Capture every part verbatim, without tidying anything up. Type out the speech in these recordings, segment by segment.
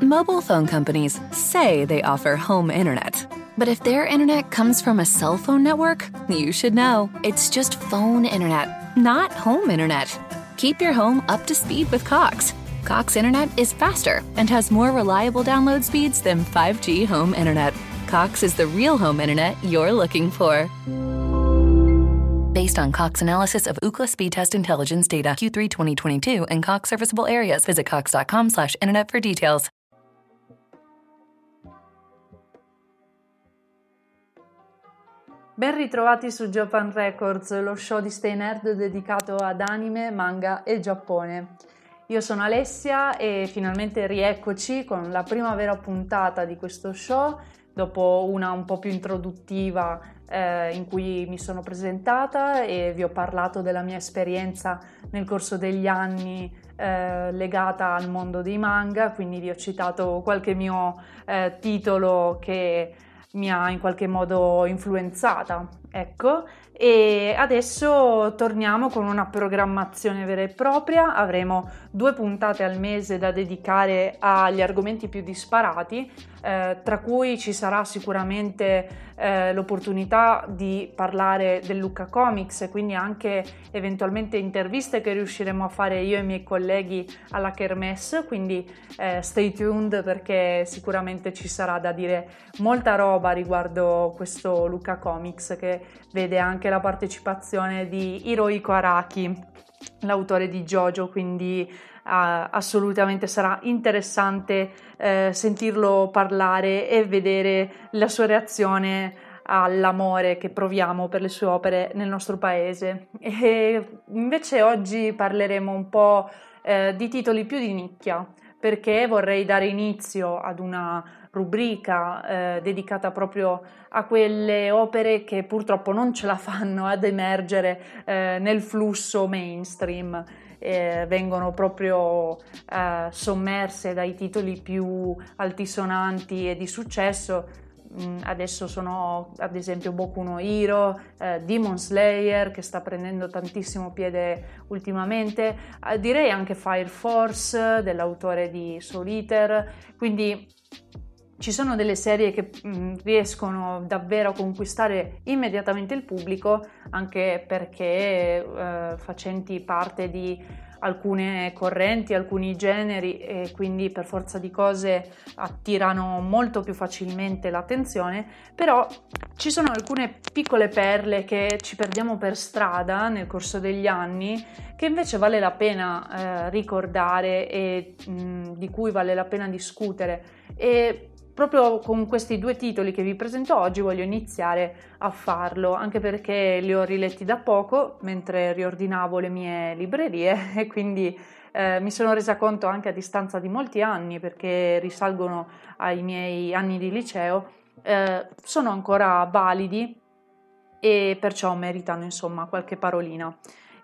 Mobile phone companies say they offer home internet. But if their internet comes from a cell phone network, you should know. It's just phone internet, not home internet. Keep your home up to speed with Cox. Cox Internet is faster and has more reliable download speeds than five G home internet. Cox is the real home internet you're looking for. Based on Cox analysis of Ookla speed test intelligence data Q three twenty twenty-two and Cox serviceable areas, visit cox.com slash internet for details. Ben ritrovati su Japan Records, lo show di Stay Nerd dedicato ad anime, manga e Giappone. Io sono Alessia e finalmente rieccoci con la prima vera puntata di questo show, dopo una un po' più introduttiva eh, in cui mi sono presentata e vi ho parlato della mia esperienza nel corso degli anni eh, legata al mondo dei manga, quindi vi ho citato qualche mio eh, titolo che mi ha in qualche modo influenzata, ecco, e adesso torniamo con una programmazione vera e propria. Avremo due puntate al mese da dedicare agli argomenti più disparati, eh, tra cui ci sarà sicuramente eh, l'opportunità di parlare del Lucca Comics e quindi anche eventualmente interviste che riusciremo a fare io e i miei colleghi alla Kermesse, quindi eh, stay tuned perché sicuramente ci sarà da dire molta roba riguardo questo Lucca Comics, che vede anche la partecipazione di Hirohiko Araki, l'autore di JoJo, quindi uh, assolutamente sarà interessante uh, sentirlo parlare e vedere la sua reazione all'amore che proviamo per le sue opere nel nostro paese. E invece oggi parleremo un po' uh, di titoli più di nicchia, perché vorrei dare inizio ad una rubrica eh, dedicata proprio a quelle opere che purtroppo non ce la fanno ad emergere eh, nel flusso mainstream, eh, vengono proprio eh, sommerse dai titoli più altisonanti e di successo. Mm, adesso sono ad esempio Boku no Hero, eh, Demon Slayer, che sta prendendo tantissimo piede ultimamente, eh, direi anche Fire Force dell'autore di Soul Eater, quindi ci sono delle serie che mh, riescono davvero a conquistare immediatamente il pubblico, anche perché eh, facenti parte di alcune correnti, alcuni generi, e quindi per forza di cose attirano molto più facilmente l'attenzione. Però ci sono alcune piccole perle che ci perdiamo per strada nel corso degli anni, che invece vale la pena eh, ricordare e mh, di cui vale la pena discutere. E proprio con questi due titoli che vi presento oggi voglio iniziare a farlo, anche perché li ho riletti da poco mentre riordinavo le mie librerie e quindi eh, mi sono resa conto anche a distanza di molti anni, perché risalgono ai miei anni di liceo, eh, sono ancora validi e perciò meritano insomma qualche parolina.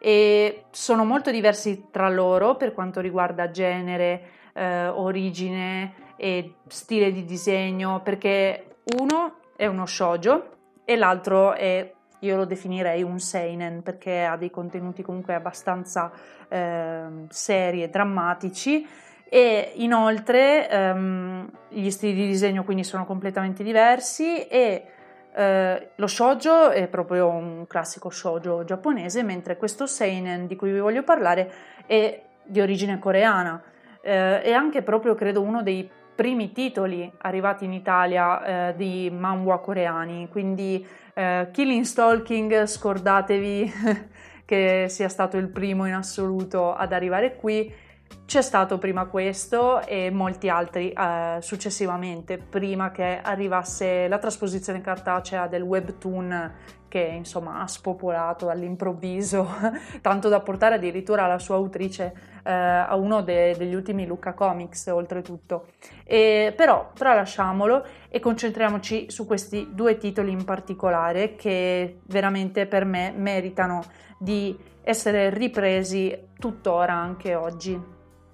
E sono molto diversi tra loro per quanto riguarda genere, eh, origine e stile di disegno, perché uno è uno shoujo e l'altro è, io lo definirei un seinen, perché ha dei contenuti comunque abbastanza eh, seri e drammatici, e inoltre ehm, gli stili di disegno quindi sono completamente diversi, e eh, lo shoujo è proprio un classico shoujo giapponese, mentre questo seinen di cui vi voglio parlare è di origine coreana. Eh, è anche proprio, credo, uno dei primi titoli arrivati in Italia eh, di manhwa coreani, quindi eh, Killing Stalking, scordatevi che sia stato il primo in assoluto ad arrivare qui. C'è stato prima questo e molti altri eh, successivamente, prima che arrivasse la trasposizione cartacea del webtoon, che insomma ha spopolato all'improvviso, tanto da portare addirittura la sua autrice eh, a uno de- degli ultimi Lucca Comics, oltretutto. E, però tralasciamolo e concentriamoci su questi due titoli in particolare, che veramente per me meritano di essere ripresi tuttora anche oggi.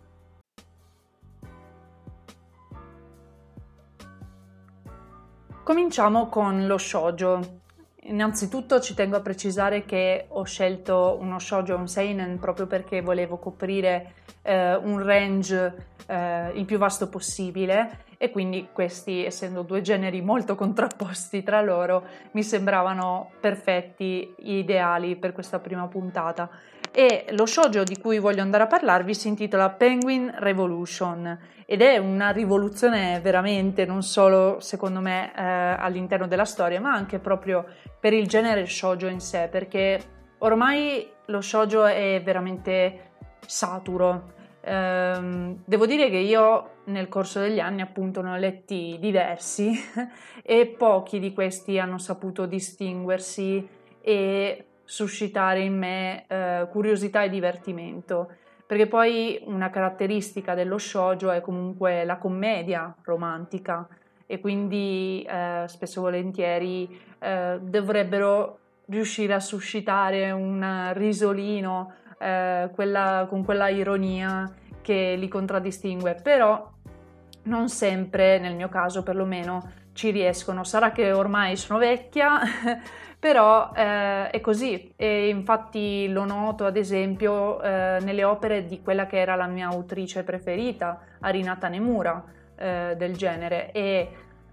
Cominciamo con lo shoujo. Innanzitutto ci tengo a precisare che ho scelto uno shoujo e un seinen proprio perché volevo coprire eh, un range eh, il più vasto possibile, e quindi questi, essendo due generi molto contrapposti tra loro, mi sembravano perfetti, ideali per questa prima puntata. E lo shoujo di cui voglio andare a parlarvi si intitola Penguin Revolution ed è una rivoluzione veramente, non solo secondo me eh, all'interno della storia, ma anche proprio per il genere shoujo in sé, perché ormai lo shoujo è veramente saturo. Ehm, devo dire che io nel corso degli anni appunto ne ho letti diversi e pochi di questi hanno saputo distinguersi e suscitare in me eh, curiosità e divertimento, perché poi una caratteristica dello shoujo è comunque la commedia romantica e quindi eh, spesso e volentieri eh, dovrebbero riuscire a suscitare un risolino eh, quella, con quella ironia che li contraddistingue, però non sempre, nel mio caso perlomeno, ci riescono. Sarà che ormai sono vecchia, però eh, è così, e infatti lo noto ad esempio eh, nelle opere di quella che era la mia autrice preferita, Arina Tanemura, eh, del genere, e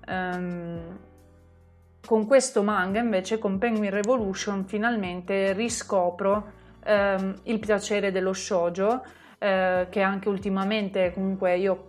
um, con questo manga invece, con Penguin Revolution, finalmente riscopro um, il piacere dello shoujo, eh, che anche ultimamente comunque io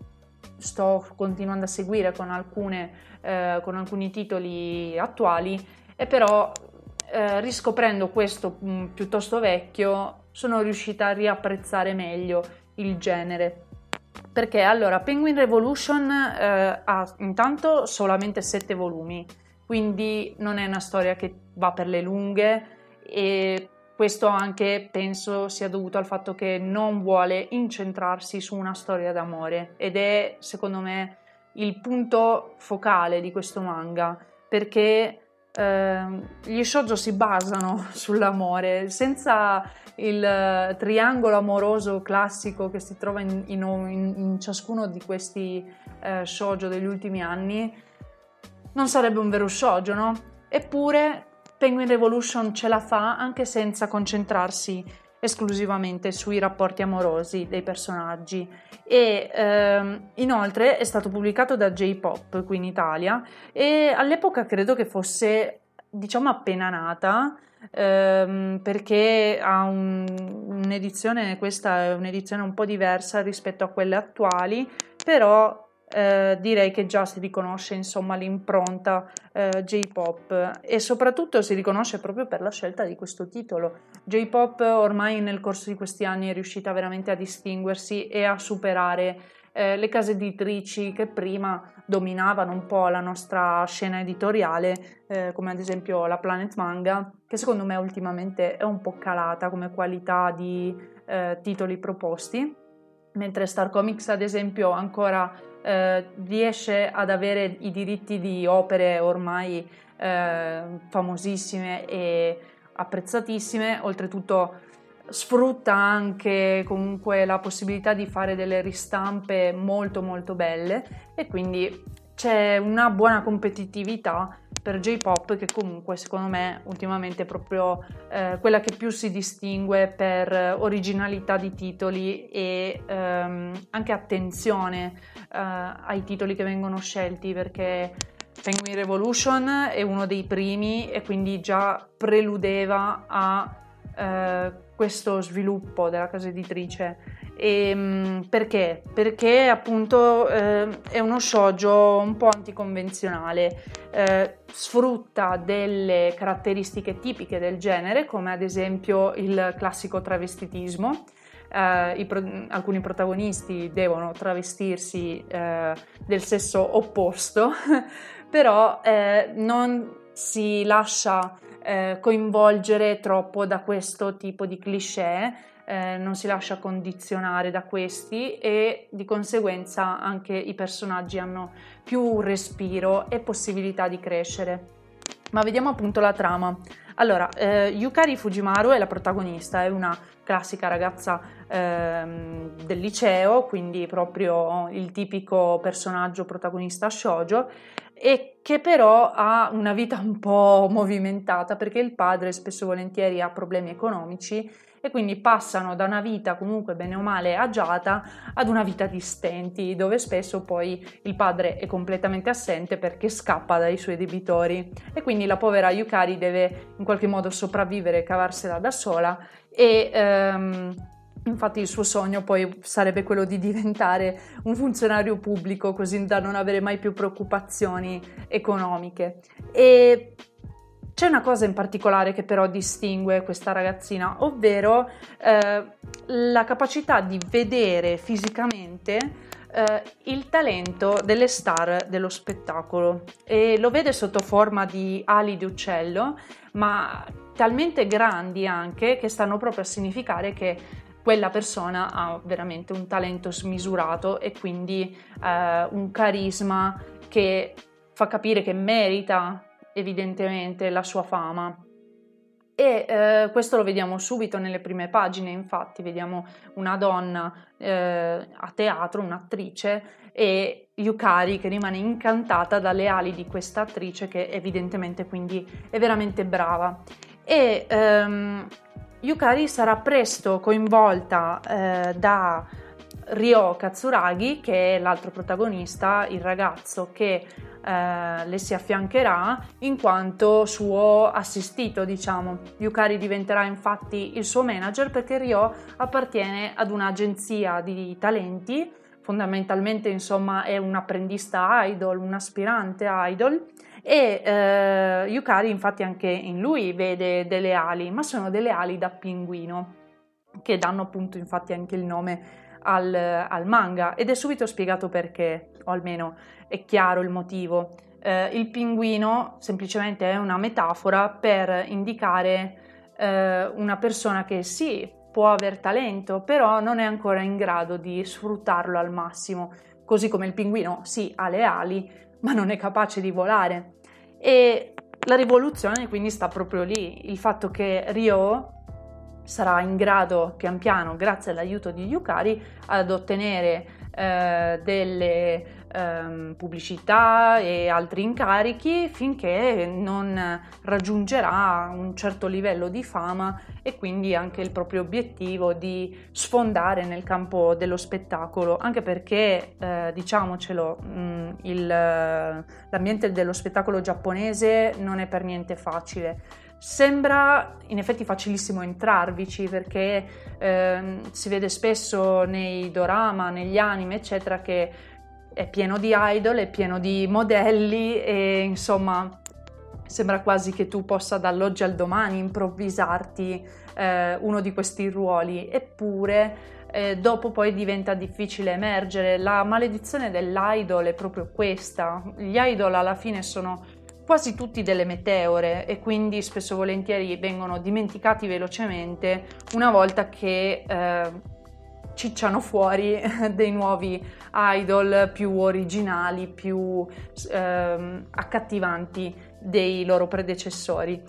sto continuando a seguire con, alcune, eh, con alcuni titoli attuali, e però eh, riscoprendo questo mh, piuttosto vecchio sono riuscita a riapprezzare meglio il genere. Perché allora Penguin Revolution eh, ha intanto solamente sette volumi, quindi non è una storia che va per le lunghe, e questo anche penso sia dovuto al fatto che non vuole incentrarsi su una storia d'amore, ed è secondo me il punto focale di questo manga, perché eh, gli shoujo si basano sull'amore, senza il triangolo amoroso classico che si trova in, in, in, in ciascuno di questi eh, shoujo degli ultimi anni. Non sarebbe un vero shoujo, no? Eppure Penguin Revolution ce la fa anche senza concentrarsi esclusivamente sui rapporti amorosi dei personaggi, e ehm, inoltre è stato pubblicato da J-Pop qui in Italia, e all'epoca credo che fosse, diciamo, appena nata, ehm, perché ha un, un'edizione, questa è un'edizione un po' diversa rispetto a quelle attuali, però Eh, direi che già si riconosce insomma l'impronta eh, J-Pop, e soprattutto si riconosce proprio per la scelta di questo titolo. J-Pop ormai nel corso di questi anni è riuscita veramente a distinguersi e a superare eh, le case editrici che prima dominavano un po' la nostra scena editoriale, eh, come ad esempio la Planet Manga, che secondo me ultimamente è un po' calata come qualità di eh, titoli proposti, mentre Star Comics ad esempio ancora Eh, riesce ad avere i diritti di opere ormai eh, famosissime e apprezzatissime. Oltretutto sfrutta anche comunque la possibilità di fare delle ristampe molto molto belle, e quindi c'è una buona competitività per J-Pop, che comunque secondo me ultimamente è proprio eh, quella che più si distingue per originalità di titoli e ehm, anche attenzione eh, ai titoli che vengono scelti, perché Penguin Revolution è uno dei primi e quindi già preludeva a eh, questo sviluppo della casa editrice. E, mh, perché? Perché appunto eh, è uno shoujo un po' anticonvenzionale, eh, sfrutta delle caratteristiche tipiche del genere, come ad esempio il classico travestitismo. Uh, i pro- alcuni protagonisti devono travestirsi uh, del sesso opposto, però uh, non si lascia uh, coinvolgere troppo da questo tipo di cliché, uh, non si lascia condizionare da questi, e di conseguenza anche i personaggi hanno più respiro e possibilità di crescere. Ma vediamo appunto la trama. Allora, eh, Yukari Fujimaru è la protagonista, è una classica ragazza ehm, del liceo, quindi proprio il tipico personaggio protagonista shoujo, e che però ha una vita un po' movimentata, perché il padre spesso e volentieri ha problemi economici e quindi passano da una vita comunque bene o male agiata ad una vita di stenti, dove spesso poi il padre è completamente assente perché scappa dai suoi debitori e quindi la povera Yukari deve in qualche modo sopravvivere e cavarsela da sola e ehm, infatti il suo sogno poi sarebbe quello di diventare un funzionario pubblico così da non avere mai più preoccupazioni economiche. E c'è una cosa in particolare che però distingue questa ragazzina, ovvero eh, la capacità di vedere fisicamente eh, il talento delle star dello spettacolo e lo vede sotto forma di ali di uccello, ma talmente grandi anche che stanno proprio a significare che quella persona ha veramente un talento smisurato e quindi eh, un carisma che fa capire che merita evidentemente la sua fama. E eh, questo lo vediamo subito nelle prime pagine, infatti vediamo una donna eh, a teatro, un'attrice, e Yukari che rimane incantata dalle ali di questa attrice che evidentemente quindi è veramente brava. E ehm, Yukari sarà presto coinvolta eh, da Ryo Katsuragi, che è l'altro protagonista, il ragazzo che eh, le si affiancherà in quanto suo assistito, diciamo. Yukari diventerà infatti il suo manager perché Ryo appartiene ad un'agenzia di talenti, fondamentalmente insomma è un apprendista idol, un aspirante idol, e eh, Yukari infatti anche in lui vede delle ali, ma sono delle ali da pinguino che danno appunto infatti anche il nome al, al manga ed è subito spiegato perché, o almeno è chiaro il motivo. Eh, il pinguino semplicemente è una metafora per indicare eh, una persona che sì, può aver talento, però non è ancora in grado di sfruttarlo al massimo, così come il pinguino sì ha le ali, ma non è capace di volare. E la rivoluzione quindi sta proprio lì, il fatto che Ryo sarà in grado pian piano, grazie all'aiuto di Yukari, ad ottenere eh, delle ehm, pubblicità e altri incarichi finché non raggiungerà un certo livello di fama e quindi anche il proprio obiettivo di sfondare nel campo dello spettacolo, anche perché eh, diciamocelo, mh, il, l'ambiente dello spettacolo giapponese non è per niente facile. Sembra in effetti facilissimo entrarvici perché eh, si vede spesso nei dorama, negli anime, eccetera, che è pieno di idol, è pieno di modelli e insomma sembra quasi che tu possa dall'oggi al domani improvvisarti eh, uno di questi ruoli, eppure eh, dopo poi diventa difficile emergere. La maledizione dell'idol è proprio questa, gli idol alla fine sono quasi tutti delle meteore e quindi spesso e volentieri vengono dimenticati velocemente una volta che eh, cicciano fuori dei nuovi idol più originali, più eh, accattivanti dei loro predecessori.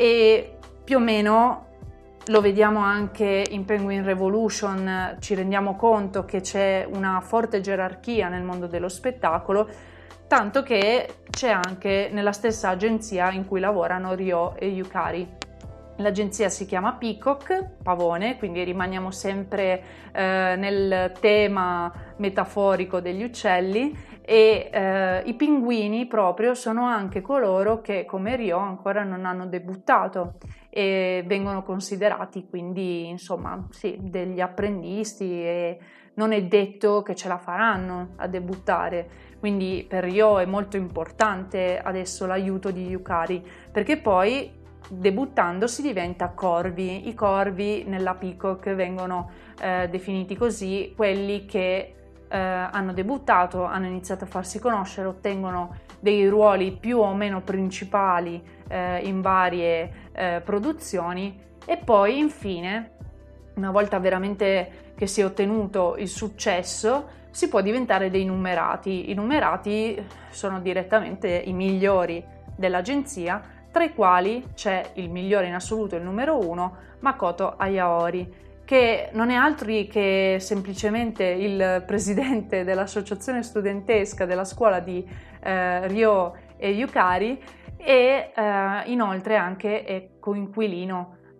E più o meno lo vediamo anche in Penguin Revolution, ci rendiamo conto che c'è una forte gerarchia nel mondo dello spettacolo, tanto che c'è anche nella stessa agenzia in cui lavorano Ryo e Yukari. L'agenzia si chiama Peacock, pavone, quindi rimaniamo sempre eh, nel tema metaforico degli uccelli e eh, i pinguini proprio sono anche coloro che come Ryo ancora non hanno debuttato e vengono considerati quindi insomma sì, degli apprendisti e non è detto che ce la faranno a debuttare, quindi per Ryo è molto importante adesso l'aiuto di Yukari perché poi debuttando si diventa corvi. I corvi nella Peacock vengono eh, definiti così quelli che eh, hanno debuttato, hanno iniziato a farsi conoscere, ottengono dei ruoli più o meno principali eh, in varie eh, produzioni e poi infine, una volta veramente che si è ottenuto il successo, si può diventare dei numerati. I numerati sono direttamente i migliori dell'agenzia, tra i quali c'è il migliore in assoluto, il numero uno, Makoto Ayaori, che non è altri che semplicemente il presidente dell'associazione studentesca della scuola di eh, Ryo e Yukari e eh, inoltre anche è coinquilino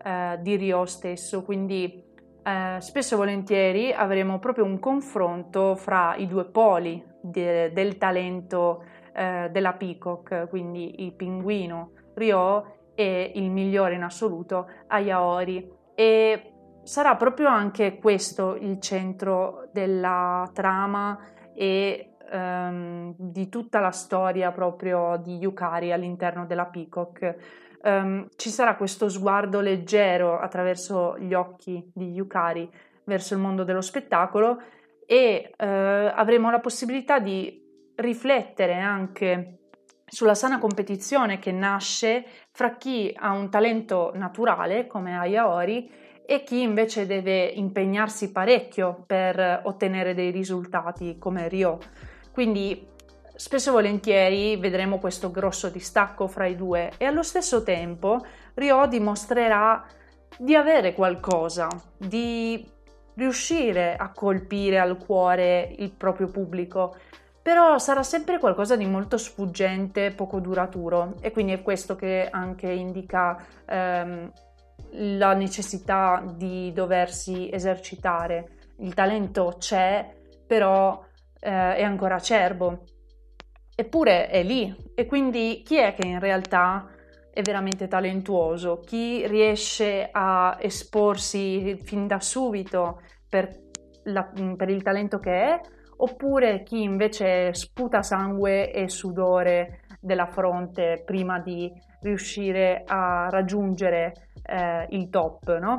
eh, di Ryo stesso, quindi eh, spesso e volentieri avremo proprio un confronto fra i due poli de- del talento eh, della Peacock, quindi il pinguino Ryo e il migliore in assoluto Ayaori, e sarà proprio anche questo il centro della trama e um, di tutta la storia proprio di Yukari all'interno della Peacock. Um, ci sarà questo sguardo leggero attraverso gli occhi di Yukari verso il mondo dello spettacolo e uh, avremo la possibilità di riflettere anche sulla sana competizione che nasce fra chi ha un talento naturale come Ayaori e chi invece deve impegnarsi parecchio per ottenere dei risultati come Ryo. Quindi spesso e volentieri vedremo questo grosso distacco fra i due e allo stesso tempo Ryo dimostrerà di avere qualcosa, di riuscire a colpire al cuore il proprio pubblico, però sarà sempre qualcosa di molto sfuggente, poco duraturo, e quindi è questo che anche indica ehm, la necessità di doversi esercitare. Il talento c'è, però eh, è ancora acerbo, eppure è lì. E quindi chi è che in realtà è veramente talentuoso? Chi riesce a esporsi fin da subito per, la, per il talento che è? Oppure chi invece sputa sangue e sudore della fronte prima di riuscire a raggiungere eh, il top, no?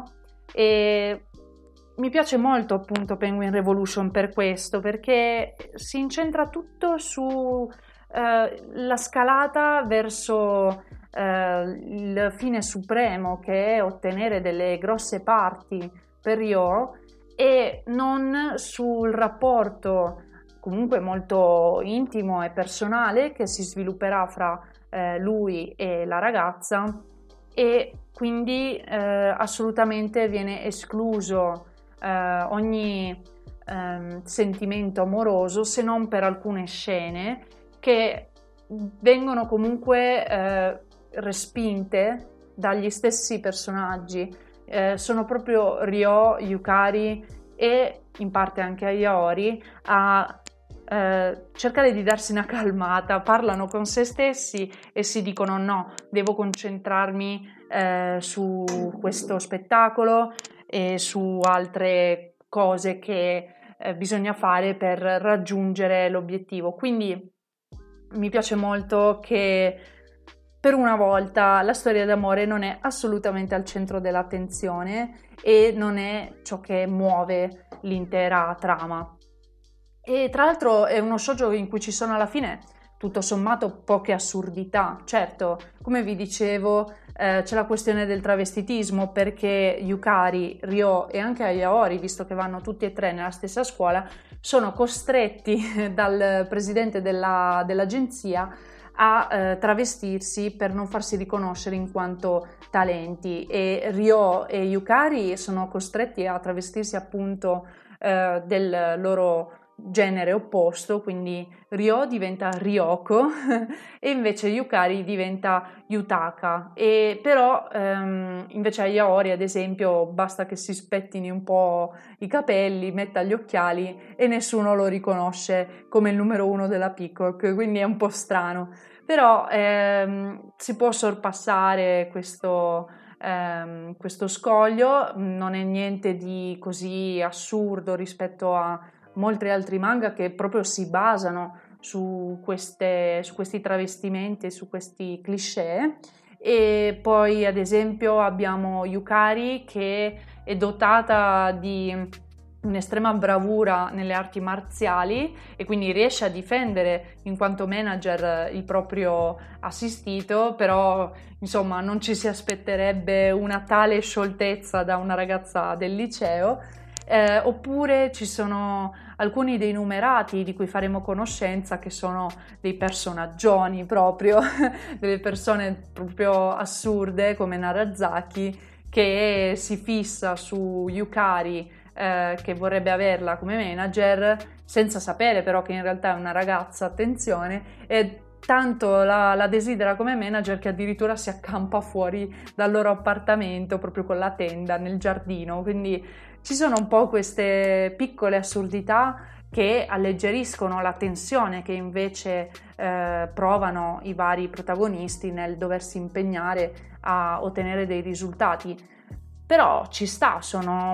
E mi piace molto appunto Penguin Revolution per questo, perché si incentra tutto su eh, la scalata verso eh, il fine supremo, che è ottenere delle grosse parti per Ryo, e non sul rapporto comunque molto intimo e personale che si svilupperà fra eh, lui e la ragazza, e quindi eh, assolutamente viene escluso eh, ogni eh, sentimento amoroso, se non per alcune scene che vengono comunque eh, respinte dagli stessi personaggi. Eh, sono proprio Ryo, Yukari e in parte anche Ayaori a eh, cercare di darsi una calmata, parlano con se stessi e si dicono no, devo concentrarmi eh, su questo spettacolo e su altre cose che eh, bisogna fare per raggiungere l'obiettivo. Quindi mi piace molto che per una volta la storia d'amore non è assolutamente al centro dell'attenzione e non è ciò che muove l'intera trama. E tra l'altro è uno shoujo in cui ci sono alla fine tutto sommato poche assurdità. Certo, come vi dicevo, eh, c'è la questione del travestitismo, perché Yukari, Ryo e anche Ayaori, visto che vanno tutti e tre nella stessa scuola, sono costretti dal presidente della, dell'agenzia a eh, travestirsi per non farsi riconoscere in quanto talenti, e Ryo e Yukari sono costretti a travestirsi appunto eh, del loro genere opposto, quindi Ryo diventa Ryoko e invece Yukari diventa Yutaka. E però ehm, invece Ayaori, ad esempio, basta che si spettini un po' i capelli, metta gli occhiali e nessuno lo riconosce come il numero uno della Peacock, quindi è un po' strano, però ehm, si può sorpassare questo ehm, questo scoglio. Non è niente di così assurdo rispetto a molti altri manga che proprio si basano su, queste, su questi travestimenti, su questi cliché. E poi ad esempio abbiamo Yukari, che è dotata di un'estrema bravura nelle arti marziali e quindi riesce a difendere in quanto manager il proprio assistito, però insomma non ci si aspetterebbe una tale scioltezza da una ragazza del liceo. Eh, oppure ci sono alcuni dei numerati di cui faremo conoscenza, che sono dei personaggioni proprio, delle persone proprio assurde come Narazaki, che si fissa su Yukari, eh, che vorrebbe averla come manager, senza sapere però che in realtà è una ragazza, attenzione, e tanto la, la desidera come manager che addirittura si accampa fuori dal loro appartamento proprio con la tenda nel giardino. Quindi ci sono un po' queste piccole assurdità che alleggeriscono la tensione che invece eh, provano i vari protagonisti nel doversi impegnare a ottenere dei risultati. Però ci sta, sono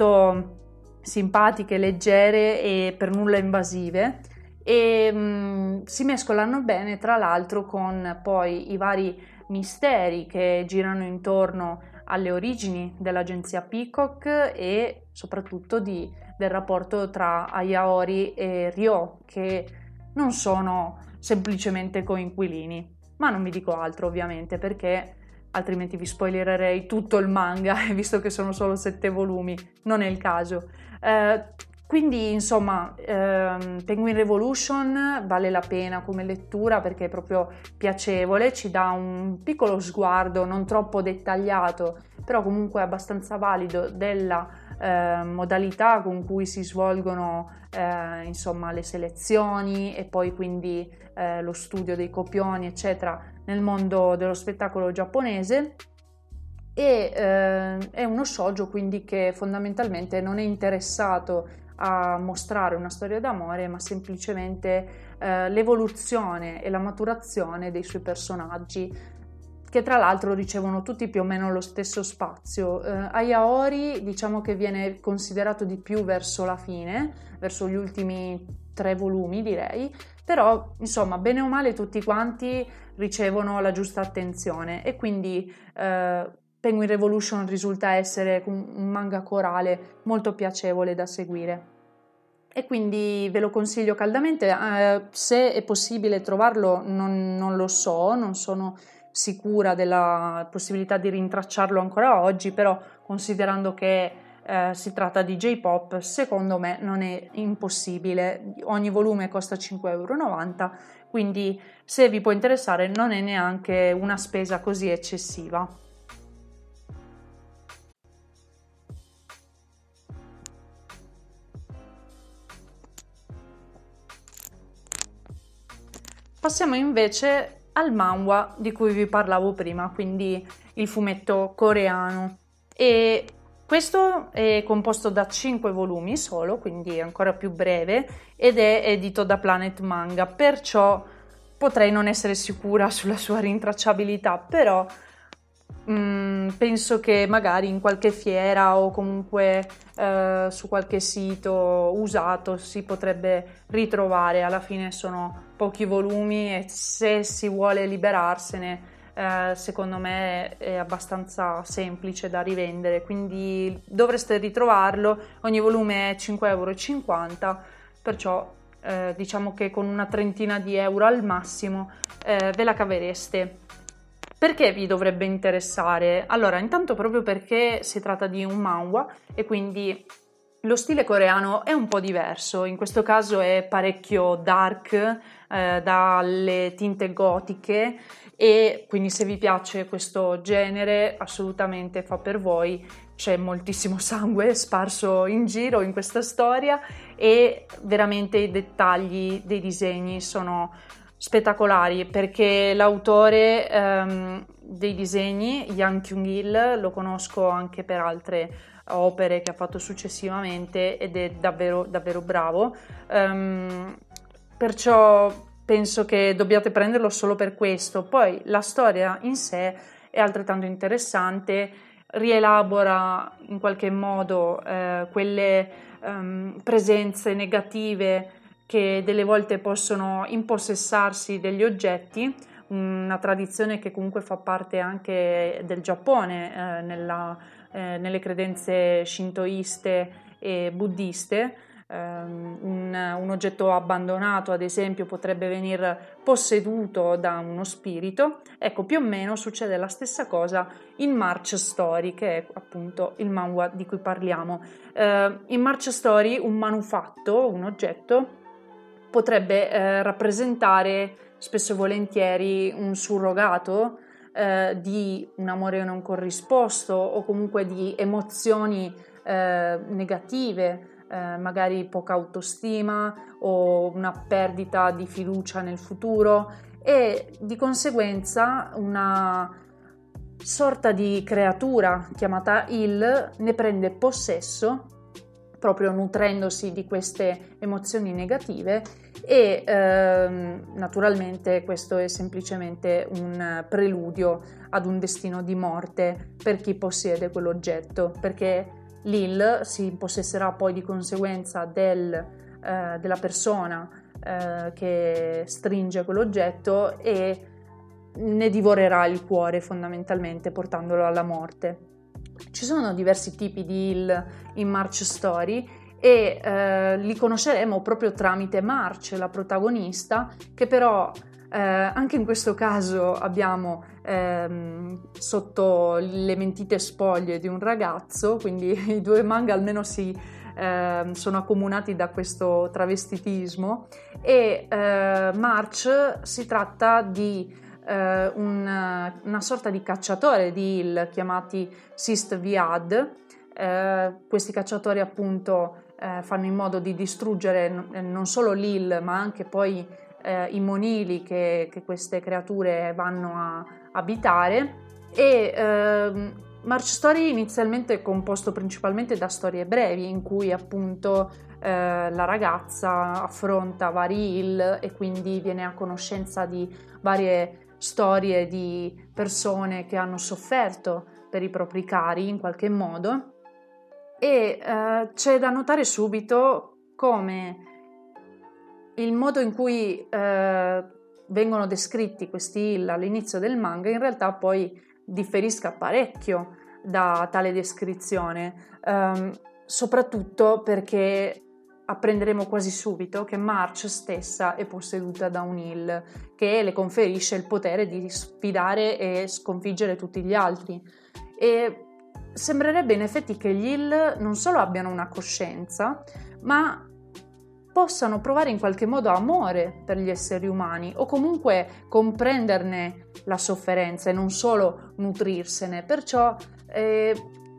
molto simpatiche, leggere e per nulla invasive, e mh, si mescolano bene tra l'altro con poi i vari misteri che girano intorno alle origini dell'agenzia Peacock e soprattutto di, del rapporto tra Ayaori e Ryo, che non sono semplicemente coinquilini. Ma non vi dico altro ovviamente, perché altrimenti vi spoilererei tutto il manga, visto che sono solo sette volumi, non è il caso. Eh, quindi insomma, ehm, Penguin Revolution vale la pena come lettura perché è proprio piacevole, ci dà un piccolo sguardo non troppo dettagliato, però comunque abbastanza valido della eh, modalità con cui si svolgono eh, insomma le selezioni e poi quindi eh, lo studio dei copioni eccetera nel mondo dello spettacolo giapponese. E eh, è uno shoujo quindi che fondamentalmente non è interessato a mostrare una storia d'amore, ma semplicemente eh, l'evoluzione e la maturazione dei suoi personaggi, che tra l'altro ricevono tutti più o meno lo stesso spazio. Eh, Ayaori diciamo che viene considerato di più verso la fine, verso gli ultimi tre volumi direi, però insomma bene o male tutti quanti ricevono la giusta attenzione e quindi eh, Penguin Revolution risulta essere un manga corale molto piacevole da seguire e quindi ve lo consiglio caldamente. Eh, se è possibile trovarlo non, non lo so, non sono sicura della possibilità di rintracciarlo ancora oggi, però considerando che eh, si tratta di J-pop, secondo me non è impossibile. Ogni volume costa cinque virgola novanta euro, quindi se vi può interessare non è neanche una spesa così eccessiva. Passiamo invece al manhwa di cui vi parlavo prima, quindi il fumetto coreano. E questo è composto da cinque volumi solo, quindi è ancora più breve, ed è edito da Planet Manga, perciò potrei non essere sicura sulla sua rintracciabilità, però Mm, penso che magari in qualche fiera o comunque eh, su qualche sito usato si potrebbe ritrovare. Alla fine sono pochi volumi e se si vuole liberarsene, eh, secondo me è abbastanza semplice da rivendere, quindi dovreste ritrovarlo. Ogni volume è cinque virgola cinquanta euro, perciò eh, diciamo che con una trentina di euro al massimo eh, ve la cavereste. Perché vi dovrebbe interessare? Allora, intanto proprio perché si tratta di un manhwa e quindi lo stile coreano è un po' diverso, in questo caso è parecchio dark, eh, dalle tinte gotiche, e quindi se vi piace questo genere assolutamente fa per voi. C'è moltissimo sangue sparso in giro in questa storia e veramente i dettagli dei disegni sono spettacolari, perché l'autore ehm, dei disegni, Yang Kyung-il, lo conosco anche per altre opere che ha fatto successivamente ed è davvero davvero bravo, um, perciò penso che dobbiate prenderlo solo per questo. Poi la storia in sé è altrettanto interessante, rielabora in qualche modo eh, quelle um, presenze negative che delle volte possono impossessarsi degli oggetti, una tradizione che comunque fa parte anche del Giappone, eh, nella, eh, nelle credenze shintoiste e buddiste. Um, un, un oggetto abbandonato, ad esempio, potrebbe venire posseduto da uno spirito. Ecco, più o meno succede la stessa cosa in March Story, che è appunto il manhwa di cui parliamo. Uh, in March Story un manufatto, un oggetto, potrebbe eh, rappresentare spesso e volentieri un surrogato eh, di un amore non corrisposto o comunque di emozioni eh, negative, eh, magari poca autostima o una perdita di fiducia nel futuro, e di conseguenza una sorta di creatura chiamata Il ne prende possesso, proprio nutrendosi di queste emozioni negative, e ehm, naturalmente questo è semplicemente un preludio ad un destino di morte per chi possiede quell'oggetto, perché l'Il si impossesserà poi di conseguenza del, eh, della persona eh, che stringe quell'oggetto e ne divorerà il cuore fondamentalmente, portandolo alla morte. Ci sono diversi tipi di Il in March Story e eh, li conosceremo proprio tramite March, la protagonista, che però eh, anche in questo caso abbiamo ehm, sotto le mentite spoglie di un ragazzo, quindi i due manga almeno si eh, sono accomunati da questo travestitismo, e eh, March si tratta di Uh, una, una sorta di cacciatore di Il chiamati Sist Viad. Uh, questi cacciatori appunto uh, fanno in modo di distruggere n- non solo l'Il ma anche poi uh, i monili che, che queste creature vanno a abitare, e uh, March Story inizialmente è composto principalmente da storie brevi in cui appunto uh, la ragazza affronta vari Il e quindi viene a conoscenza di varie storie di persone che hanno sofferto per i propri cari in qualche modo, e eh, c'è da notare subito come il modo in cui eh, vengono descritti questi Il all'inizio del manga in realtà poi differisca parecchio da tale descrizione, ehm, soprattutto perché apprenderemo quasi subito che March stessa è posseduta da un Il che le conferisce il potere di sfidare e sconfiggere tutti gli altri, e sembrerebbe in effetti che gli Il non solo abbiano una coscienza ma possano provare in qualche modo amore per gli esseri umani o comunque comprenderne la sofferenza e non solo nutrirsene. Perciò eh,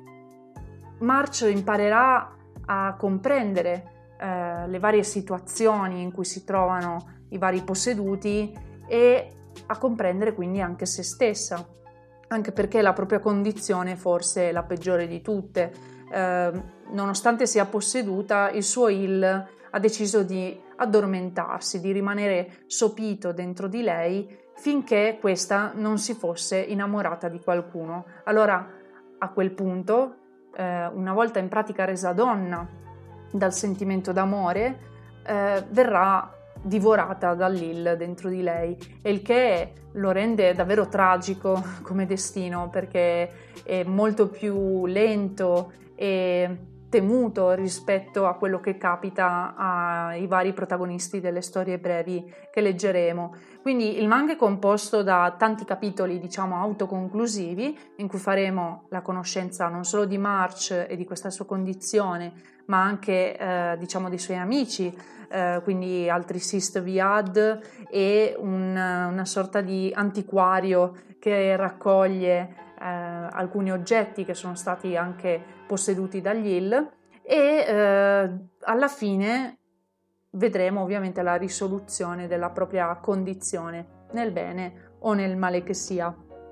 March imparerà a comprendere Eh, le varie situazioni in cui si trovano i vari posseduti e a comprendere quindi anche se stessa, anche perché la propria condizione forse è la peggiore di tutte. Eh, nonostante sia posseduta, il suo Il ha deciso di addormentarsi, di rimanere sopito dentro di lei finché questa non si fosse innamorata di qualcuno. Allora a quel punto, eh, una volta in pratica resa donna dal sentimento d'amore, eh, verrà divorata dall'Il dentro di lei, e il che lo rende davvero tragico come destino, perché è molto più lento e temuto rispetto a quello che capita ai vari protagonisti delle storie brevi che leggeremo. Quindi il manga è composto da tanti capitoli, diciamo, autoconclusivi, in cui faremo la conoscenza non solo di March e di questa sua condizione, ma anche eh, diciamo dei suoi amici, eh, quindi altri Sist Viad e un, una sorta di antiquario che raccoglie eh, alcuni oggetti che sono stati anche posseduti dagli Il, e eh, alla fine vedremo ovviamente la risoluzione della propria condizione, nel bene o nel male che sia.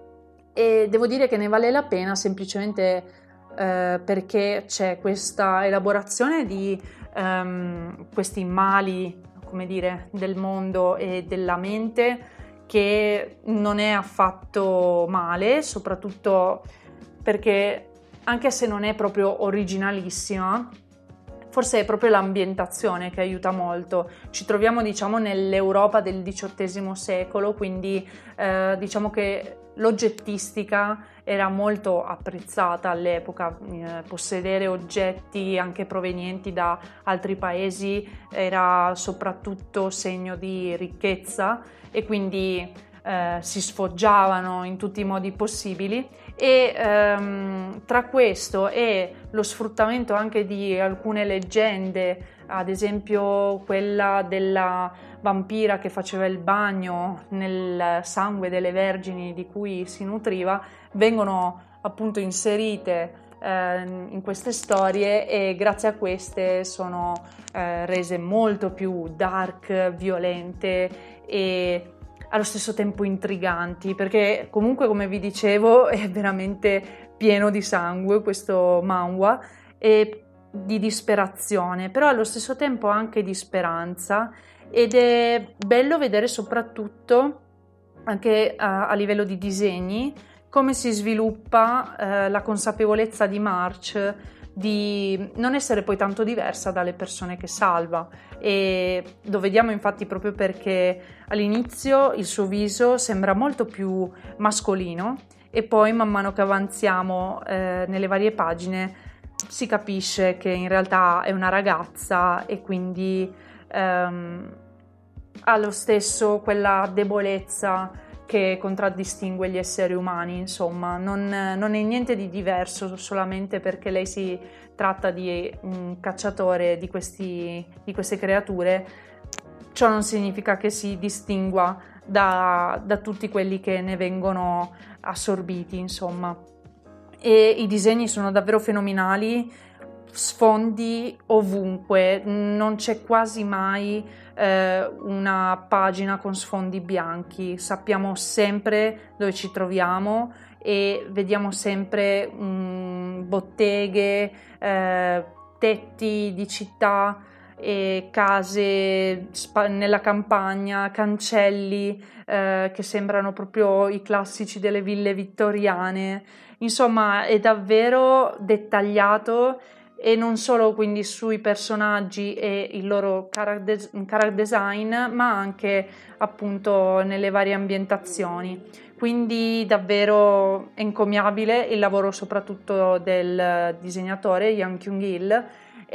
E devo dire che ne vale la pena semplicemente eh, perché c'è questa elaborazione di ehm, questi mali, come dire, del mondo e della mente, che non è affatto male, soprattutto perché anche se non è proprio originalissima, forse è proprio l'ambientazione che aiuta molto. Ci troviamo, diciamo, nell'Europa del diciottesimo secolo, quindi eh, diciamo che l'oggettistica era molto apprezzata all'epoca. Eh, possedere oggetti anche provenienti da altri paesi era soprattutto segno di ricchezza, e quindi eh, si sfoggiavano in tutti i modi possibili, e ehm, tra questo e lo sfruttamento anche di alcune leggende, ad esempio quella della vampira che faceva il bagno nel sangue delle vergini di cui si nutriva, vengono appunto inserite eh, in queste storie, e grazie a queste sono eh, rese molto più dark, violente e allo stesso tempo intriganti, perché comunque, come vi dicevo, è veramente pieno di sangue questo manhwa e di disperazione, però allo stesso tempo anche di speranza, ed è bello vedere soprattutto anche a, a livello di disegni come si sviluppa eh, la consapevolezza di March di non essere poi tanto diversa dalle persone che salva, e lo vediamo infatti proprio perché all'inizio il suo viso sembra molto più mascolino e poi man mano che avanziamo eh, nelle varie pagine si capisce che in realtà è una ragazza e quindi ehm, ha lo stesso quella debolezza che contraddistingue gli esseri umani, insomma, non, non è niente di diverso solamente perché lei si tratta di un cacciatore di, questi, di queste creature. Ciò non significa che si distingua da, da tutti quelli che ne vengono assorbiti, insomma. E i disegni sono davvero fenomenali, sfondi ovunque, non c'è quasi mai eh, una pagina con sfondi bianchi, sappiamo sempre dove ci troviamo e vediamo sempre mh, botteghe, eh, tetti di città e case spa- nella campagna, cancelli eh, che sembrano proprio i classici delle ville vittoriane. Insomma, è davvero dettagliato, e non solo quindi sui personaggi e il loro character design, ma anche appunto nelle varie ambientazioni. Quindi davvero encomiabile il lavoro soprattutto del disegnatore Yang Kyung-il,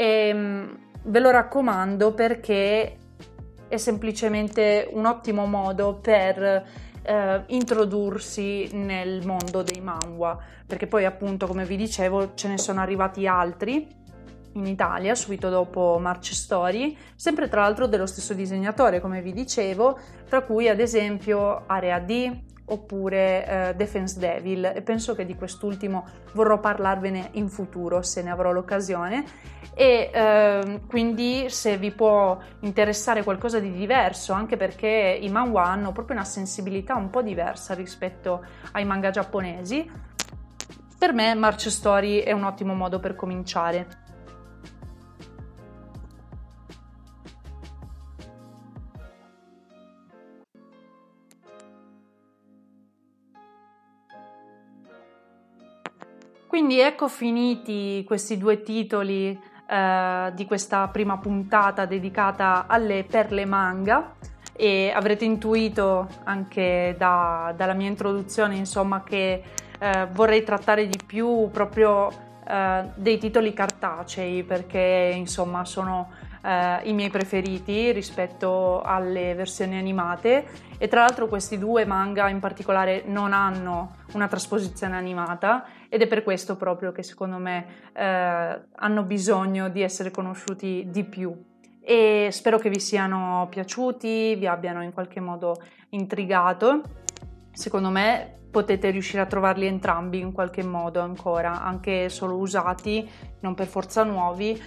e ve lo raccomando perché è semplicemente un ottimo modo per eh, introdursi nel mondo dei manhwa, perché poi appunto, come vi dicevo, ce ne sono arrivati altri in Italia subito dopo March Story, sempre tra l'altro dello stesso disegnatore, come vi dicevo, tra cui ad esempio Area D oppure eh, Defense Devil, e penso che di quest'ultimo vorrò parlarvene in futuro se ne avrò l'occasione. E eh, quindi se vi può interessare qualcosa di diverso, anche perché i manhwa hanno proprio una sensibilità un po' diversa rispetto ai manga giapponesi, per me March Story è un ottimo modo per cominciare. Quindi ecco finiti questi due titoli eh, di questa prima puntata dedicata alle perle manga, e avrete intuito anche da, dalla mia introduzione, insomma, che eh, vorrei trattare di più proprio eh, dei titoli cartacei, perché insomma sono eh, i miei preferiti rispetto alle versioni animate, e tra l'altro questi due manga in particolare non hanno una trasposizione animata, ed è per questo proprio che secondo me eh, hanno bisogno di essere conosciuti di più. E spero che vi siano piaciuti, vi abbiano in qualche modo intrigato. Secondo me potete riuscire a trovarli entrambi in qualche modo ancora, anche solo usati, non per forza nuovi,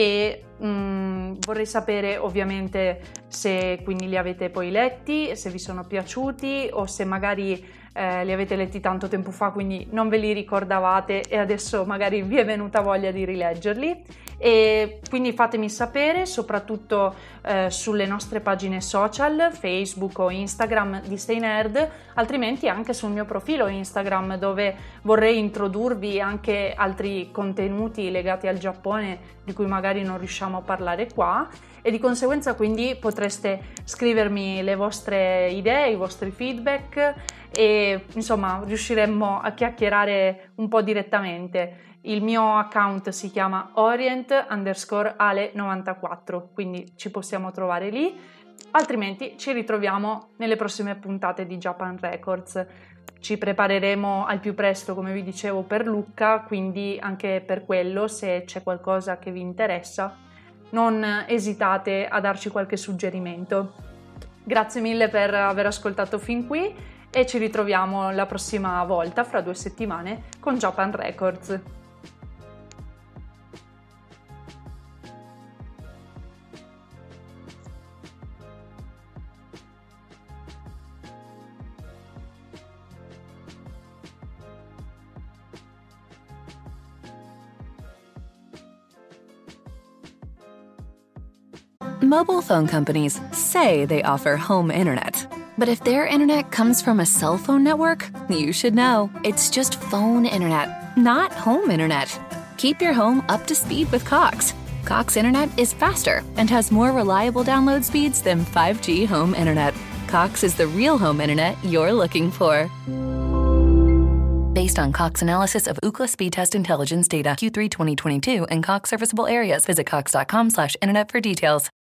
e mh, vorrei sapere ovviamente se quindi li avete poi letti, se vi sono piaciuti o se magari eh, li avete letti tanto tempo fa quindi non ve li ricordavate e adesso magari vi è venuta voglia di rileggerli. E quindi fatemi sapere soprattutto eh, sulle nostre pagine social, Facebook o Instagram di Stay Nerd, altrimenti anche sul mio profilo Instagram, dove vorrei introdurvi anche altri contenuti legati al Giappone di cui magari non riusciamo a parlare qua, e di conseguenza quindi potreste scrivermi le vostre idee, i vostri feedback, e insomma riusciremmo a chiacchierare un po' direttamente. Il mio account si chiama orient underscore ale novantaquattro, quindi ci possiamo trovare lì, altrimenti ci ritroviamo nelle prossime puntate di Japan Records. Ci prepareremo al più presto, come vi dicevo, per Lucca, quindi anche per quello, se c'è qualcosa che vi interessa, non esitate a darci qualche suggerimento. Grazie mille per aver ascoltato fin qui e ci ritroviamo la prossima volta, fra due settimane, con Japan Records. Mobile phone companies say they offer home internet. But if their internet comes from a cell phone network, you should know. It's just phone internet, not home internet. Keep your home up to speed with Cox. Cox Internet is faster and has more reliable download speeds than five G home internet. Cox is the real home internet you're looking for. Based on Cox analysis of Ookla speed test intelligence data Q three twenty twenty-two and Cox serviceable areas, visit cox dot com slash internet for details.